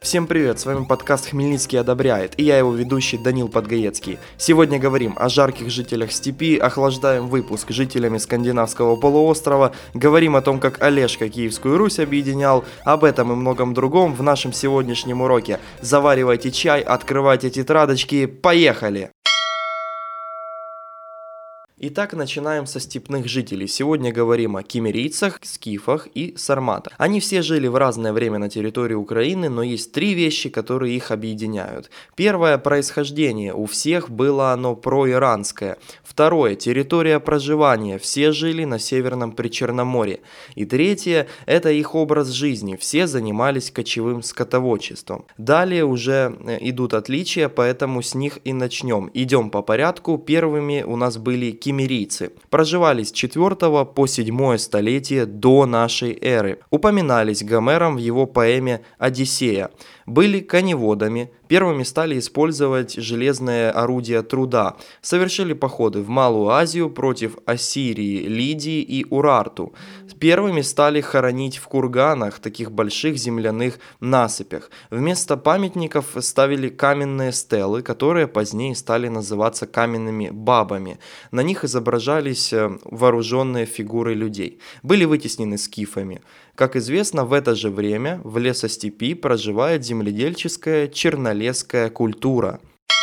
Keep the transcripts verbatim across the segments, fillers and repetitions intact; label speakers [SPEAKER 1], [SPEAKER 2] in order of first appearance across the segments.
[SPEAKER 1] Всем привет, с вами подкаст «Хмельницкий одобряет» и я его ведущий Данил Подгаецкий. Сегодня говорим о жарких жителях степи, охлаждаем выпуск жителями скандинавского полуострова, говорим о том, как Олежка Киевскую Русь объединял, об этом и многом другом в нашем сегодняшнем уроке. Заваривайте чай, открывайте тетрадочки, поехали! Итак, начинаем со степных жителей. Сегодня говорим о киммерийцах, скифах и сарматах. Они все жили в разное время на территории Украины, но есть три вещи, которые их объединяют. Первое – происхождение. У всех было оно проиранское. Второе – территория проживания. Все жили на Северном Причерноморье. И третье – это их образ жизни. Все занимались кочевым скотоводчеством. Далее уже идут отличия, поэтому с них и начнем. Идем по порядку. Первыми у нас были киммерийцы. Проживали с четвёртого по седьмое столетие до нашей эры. Упоминались Гомером в его поэме «Одиссея». Были коневодами, первыми стали использовать железные орудия труда, совершили походы в Малую Азию против Ассирии, Лидии и Урарту. Первыми стали хоронить в курганах, таких больших земляных насыпях. Вместо памятников ставили каменные стелы, которые позднее стали называться каменными бабами. На них изображались вооруженные фигуры людей. Были вытеснены скифами. Как известно, в это же время в лесостепи проживает земледельческая чернолесская культура.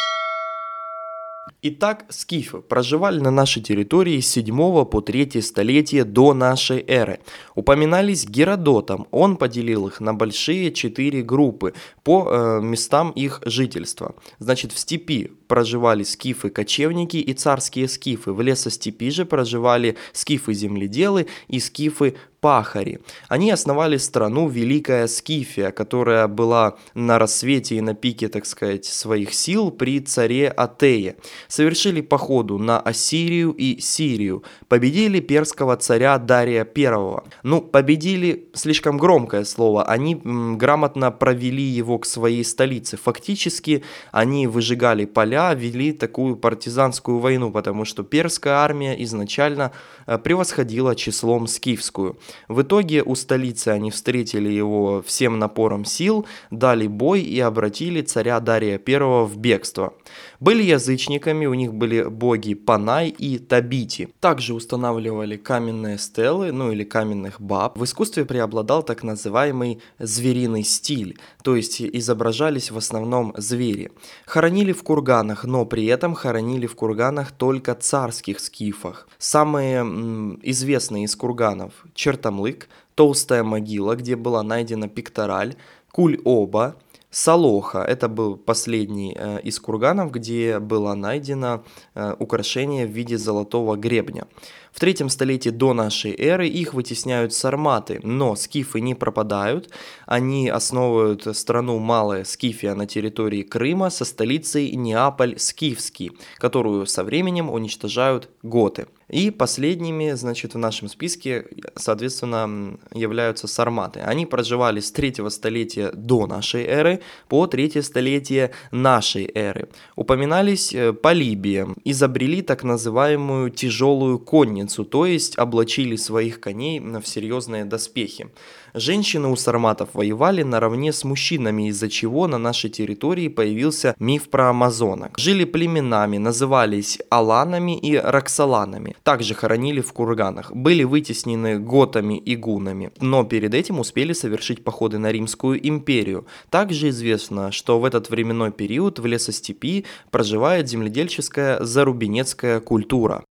[SPEAKER 1] Итак, скифы проживали на нашей территории с седьмого по третье столетие до нашей эры. Упоминались Геродотом, он поделил их на большие четыре группы по э, местам их жительства. Значит, в степи проживали скифы-кочевники и царские скифы, в лесостепи же проживали скифы-земледелы и скифы-пахари. Они основали страну Великая Скифия, которая была на рассвете и на пике, так сказать, своих сил при царе Атее. Совершили походу на Ассирию и Сирию, победили перского царя Дария Первого. Ну, победили слишком громкое слово, они м, грамотно провели его к своей столице. Фактически они выжигали поля, вели такую партизанскую войну, потому что перская армия изначально э, превосходила числом скифскую. В итоге у столицы они встретили его всем напором сил, дали бой и обратили царя Дария Первого в бегство. Были язычниками, у них были боги Панай и Табити. Также устанавливали каменные стелы, ну или каменных баб. В искусстве преобладал так называемый звериный стиль, то есть изображались в основном звери. Хоронили в курганах, но при этом хоронили в курганах только царских скифах. Самые м, известные из курганов – Чертомлык, Толстая могила, где была найдена пектораль, Куль-Оба, Солоха – это был последний э, из курганов, где было найдено э, украшение в виде золотого гребня. В третьем столетии до нашей эры их вытесняют сарматы, но скифы не пропадают. Они основывают страну Малая Скифия на территории Крыма со столицей Неаполь-Скифский, которую со временем уничтожают готы. И последними, значит, в нашем списке, соответственно, являются сарматы. Они проживали с третьего столетия до нашей эры по третье столетие нашей эры. Упоминались полибием, изобрели так называемую тяжелую конницу, то есть облачили своих коней в серьезные доспехи. Женщины у сарматов воевали наравне с мужчинами, из-за чего на нашей территории появился миф про амазонок. Жили племенами, назывались аланами и роксоланами. Также хоронили в курганах. Были вытеснены готами и гунами, но перед этим успели совершить походы на Римскую империю. Также известно, что в этот временной период в лесостепи проживает земледельческая зарубинецкая культура.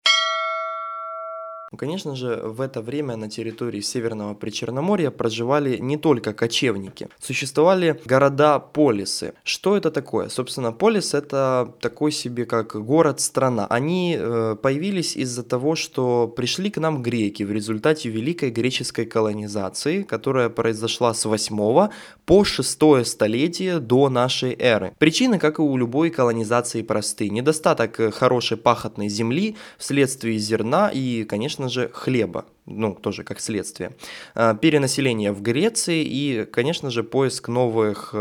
[SPEAKER 1] Конечно же, в это время на территории Северного Причерноморья проживали не только кочевники. Существовали города-полисы. Что это такое? Собственно, полис – это такой себе как город-страна. Они э, появились из-за того, что пришли к нам греки в результате Великой греческой колонизации, которая произошла с восьмого по шестое столетие до нашей эры. Причины, как и у любой колонизации, просты. Недостаток хорошей пахотной земли вследствие зерна и, конечно же, хлеба, ну, тоже как следствие. Перенаселение в Греции и, конечно же, поиск новых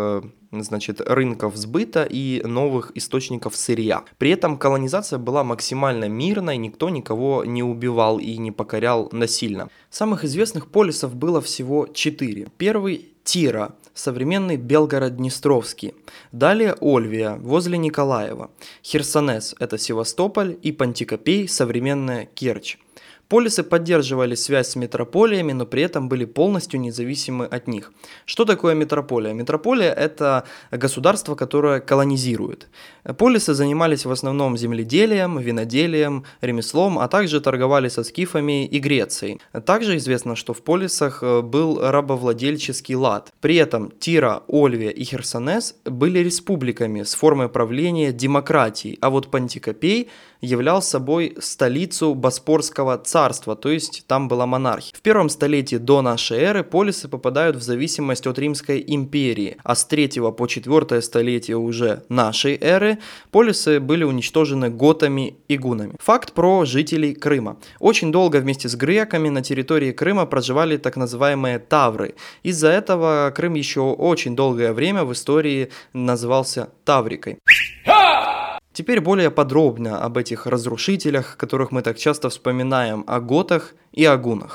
[SPEAKER 1] значит, рынков сбыта и новых источников сырья. При этом колонизация была максимально мирной, никто никого не убивал и не покорял насильно. Самых известных полисов было всего четыре. Первый – Тира, современный Белгород-Днестровский. Далее Ольвия, возле Николаева. Херсонес – это Севастополь, и Пантикопей – современная Керчь. Полисы поддерживали связь с метрополиями, но при этом были полностью независимы от них. Что такое метрополия? Метрополия – это государство, которое колонизирует. Полисы занимались в основном земледелием, виноделием, ремеслом, а также торговали со скифами и Грецией. Также известно, что в полисах был рабовладельческий лад. При этом Тира, Ольвия и Херсонес были республиками с формой правления демократии, а вот Пантикопей являл собой столицу Боспорского царства, то есть там была монархия. В первом столетии до нашей эры полисы попадают в зависимость от Римской империи, а с третьего по четвёртое столетие уже нашей эры полисы были уничтожены готами и гунами. Факт про жителей Крыма. Очень долго вместе с греками на территории Крыма проживали так называемые тавры. Из-за этого Крым еще очень долгое время в истории назывался Таврикой. Теперь более подробно об этих разрушителях, которых мы так часто вспоминаем, о готах и о гунах.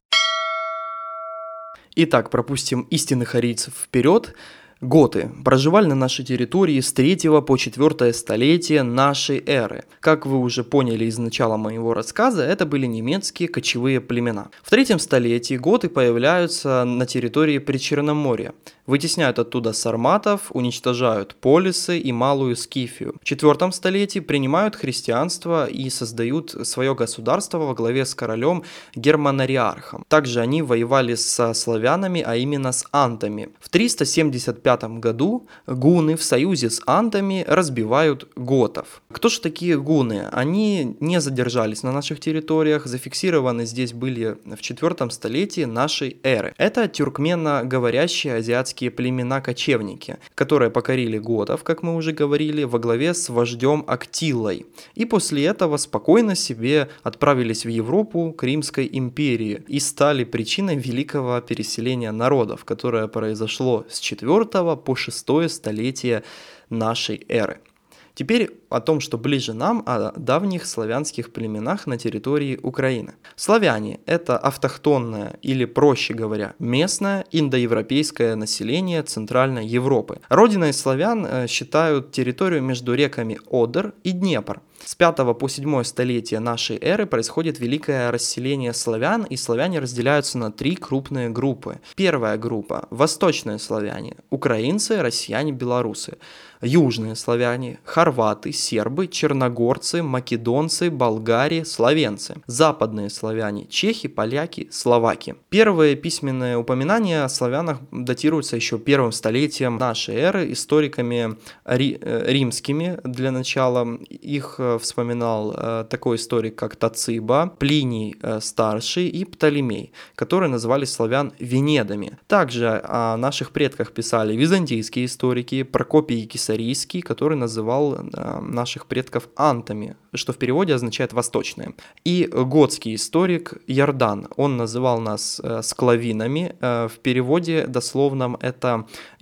[SPEAKER 1] Итак, пропустим истинных арийцев вперед. Готы проживали на нашей территории с третьего по четвёртое столетие нашей эры. Как вы уже поняли из начала моего рассказа, это были немецкие кочевые племена. В третьем столетии готы появляются на территории Причерноморья. Вытесняют оттуда сарматов, уничтожают полисы и малую Скифию. В четвёртом столетии принимают христианство и создают свое государство во главе с королем Германариархом. Также они воевали со славянами, а именно с антами. В триста семьдесят пятом году гуны в союзе с антами разбивают готов. Кто же такие гуны? Они не задержались на наших территориях, зафиксированы здесь были в четвёртом столетии нашей эры. Это тюркмено-говорящие азиатские племена-кочевники, которые покорили готов, как мы уже говорили, во главе с вождем Актилой. И после этого спокойно себе отправились в Европу к Римской империи и стали причиной великого переселения народов, которое произошло с четвёртого по шестое столетие нашей эры. Теперь о том, что ближе нам, о давних славянских племенах на территории Украины. Славяне – это автохтонное или, проще говоря, местное индоевропейское население Центральной Европы. Родиной славян считают территорию между реками Одер и Днепр. С пятого по седьмое столетие нашей эры происходит великое расселение славян, и славяне разделяются на три крупные группы. Первая группа – восточные славяне, украинцы, россияне, белорусы. Южные славяне – хорваты, сербы, черногорцы, македонцы, болгари, словенцы. Западные славяне – чехи, поляки, словаки. Первые письменные упоминания о славянах датируются еще первым столетием нашей эры историками ри- римскими. Для начала их вспоминал э, такой историк, как Тациба, Плиний э, Старший и Птолемей, которые называли славян венедами. Также о наших предках писали византийские историки, Прокопий Кесарийский, который называл э, наших предков антами, что в переводе означает «восточные». И готский историк Ярдан, он называл нас э, склавинами, э, в переводе дословном это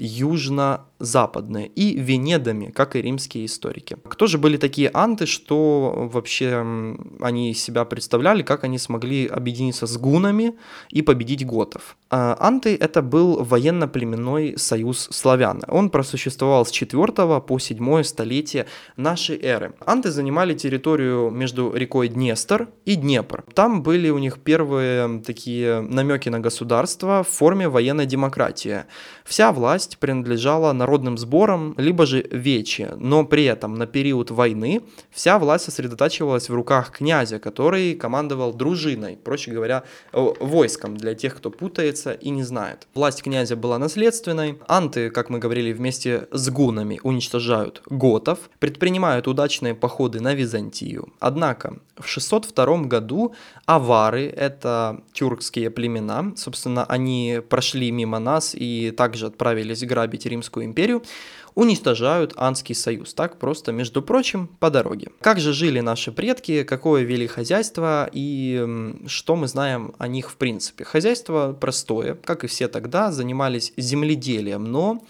[SPEAKER 1] южно-западные, и венедами, как и римские историки. Кто же были такие анты, что вообще они из себя представляли, как они смогли объединиться с гунами и победить готов? Анты – это был военно-племенной союз славян. Он просуществовал с четвёртого по седьмое столетие нашей эры. Анты занимали территорию между рекой Днестр и Днепр. Там были у них первые такие намеки на государство в форме военной демократии. Вся власть принадлежала народным сборам, либо же вече, но при этом на период войны вся власть сосредотачивалась в руках князя, который командовал дружиной, проще говоря, войском, для тех, кто путается и не знает. Власть князя была наследственной. Анты, как мы говорили, вместе с гунами уничтожают готов, предпринимают удачные походы на Византию. Однако в шестьсот втором году авары, это тюркские племена, собственно, они прошли мимо нас и также отправились грабить Римскую империю, уничтожают Анский союз. Так просто, между прочим, по дороге. Как же жили наши предки, какое вели хозяйство и что мы знаем о них в принципе? Хозяйство простое, как и все тогда, занимались земледелием, но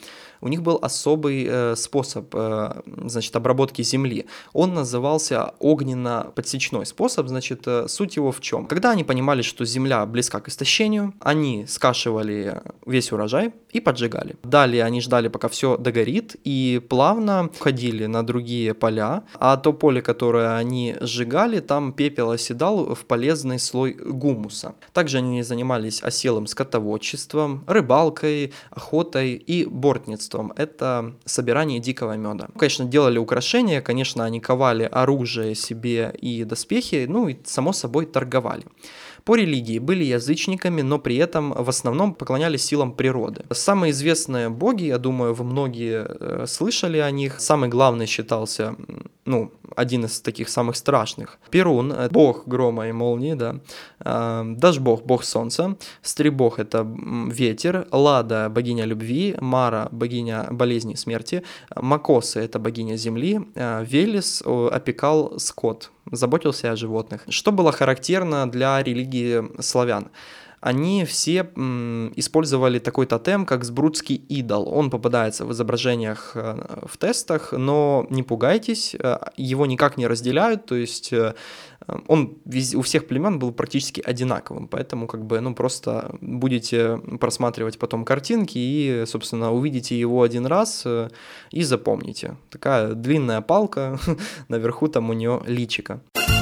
[SPEAKER 1] у них был особый э, способ, э, значит, обработки земли. Он назывался огненно-подсечной способ, значит, э, суть его в чем? Когда они понимали, что земля близка к истощению, они скашивали весь урожай и поджигали. Далее они ждали, пока все догорит, и плавно входили на другие поля, а то поле, которое они сжигали, там пепел оседал в полезный слой гумуса. Также они занимались оселым скотоводчеством, рыбалкой, охотой и бортництвом. Это собирание дикого меда. Конечно, делали украшения, конечно, они ковали оружие себе и доспехи, ну и, само собой, торговали. По религии были язычниками, но при этом в основном поклонялись силам природы. Самые известные боги, я думаю, вы многие э, слышали о них. Самый главный считался, ну, один из таких самых страшных. Перун, бог грома и молнии, да. Э, Дажбог, бог солнца. Стрибог — это ветер. Лада — богиня любви. Мара — богиня болезни и смерти. Макосы — это богиня земли. Э, Велес опекал скот, заботился о животных. Что было характерно для религии славян? Они все м, использовали такой тотем, как Сбрудский идол. Он попадается в изображениях э, в тестах, но не пугайтесь, э, его никак не разделяют, то есть э, он вез, у всех племен был практически одинаковым, поэтому как бы, ну, просто будете просматривать потом картинки и, собственно, увидите его один раз э, и запомните. Такая длинная палка, наверху там у нее личико.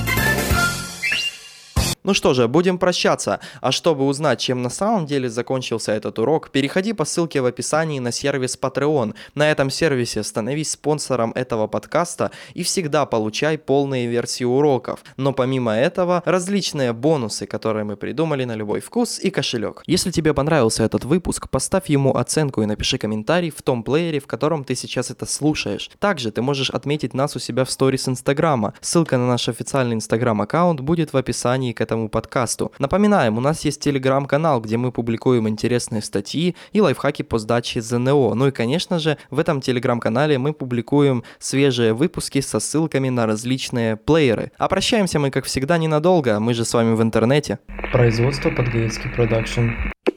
[SPEAKER 1] Ну что же, будем прощаться. А чтобы узнать, чем на самом деле закончился этот урок, переходи по ссылке в описании на сервис Patreon. На этом сервисе становись спонсором этого подкаста и всегда получай полные версии уроков. Но помимо этого, различные бонусы, которые мы придумали на любой вкус и кошелек. Если тебе понравился этот выпуск, поставь ему оценку и напиши комментарий в том плеере, в котором ты сейчас это слушаешь. Также ты можешь отметить нас у себя в сторис Инстаграма. Ссылка на наш официальный Инстаграм-аккаунт будет в описании к этому подкасту. Напоминаем, у нас есть телеграм-канал, где мы публикуем интересные статьи и лайфхаки по сдаче ЗНО. Ну и, конечно же, в этом телеграм-канале мы публикуем свежие выпуски со ссылками на различные плееры. А прощаемся мы, как всегда, ненадолго. Мы же с вами в интернете.
[SPEAKER 2] Производство Подгаевский Продакшн.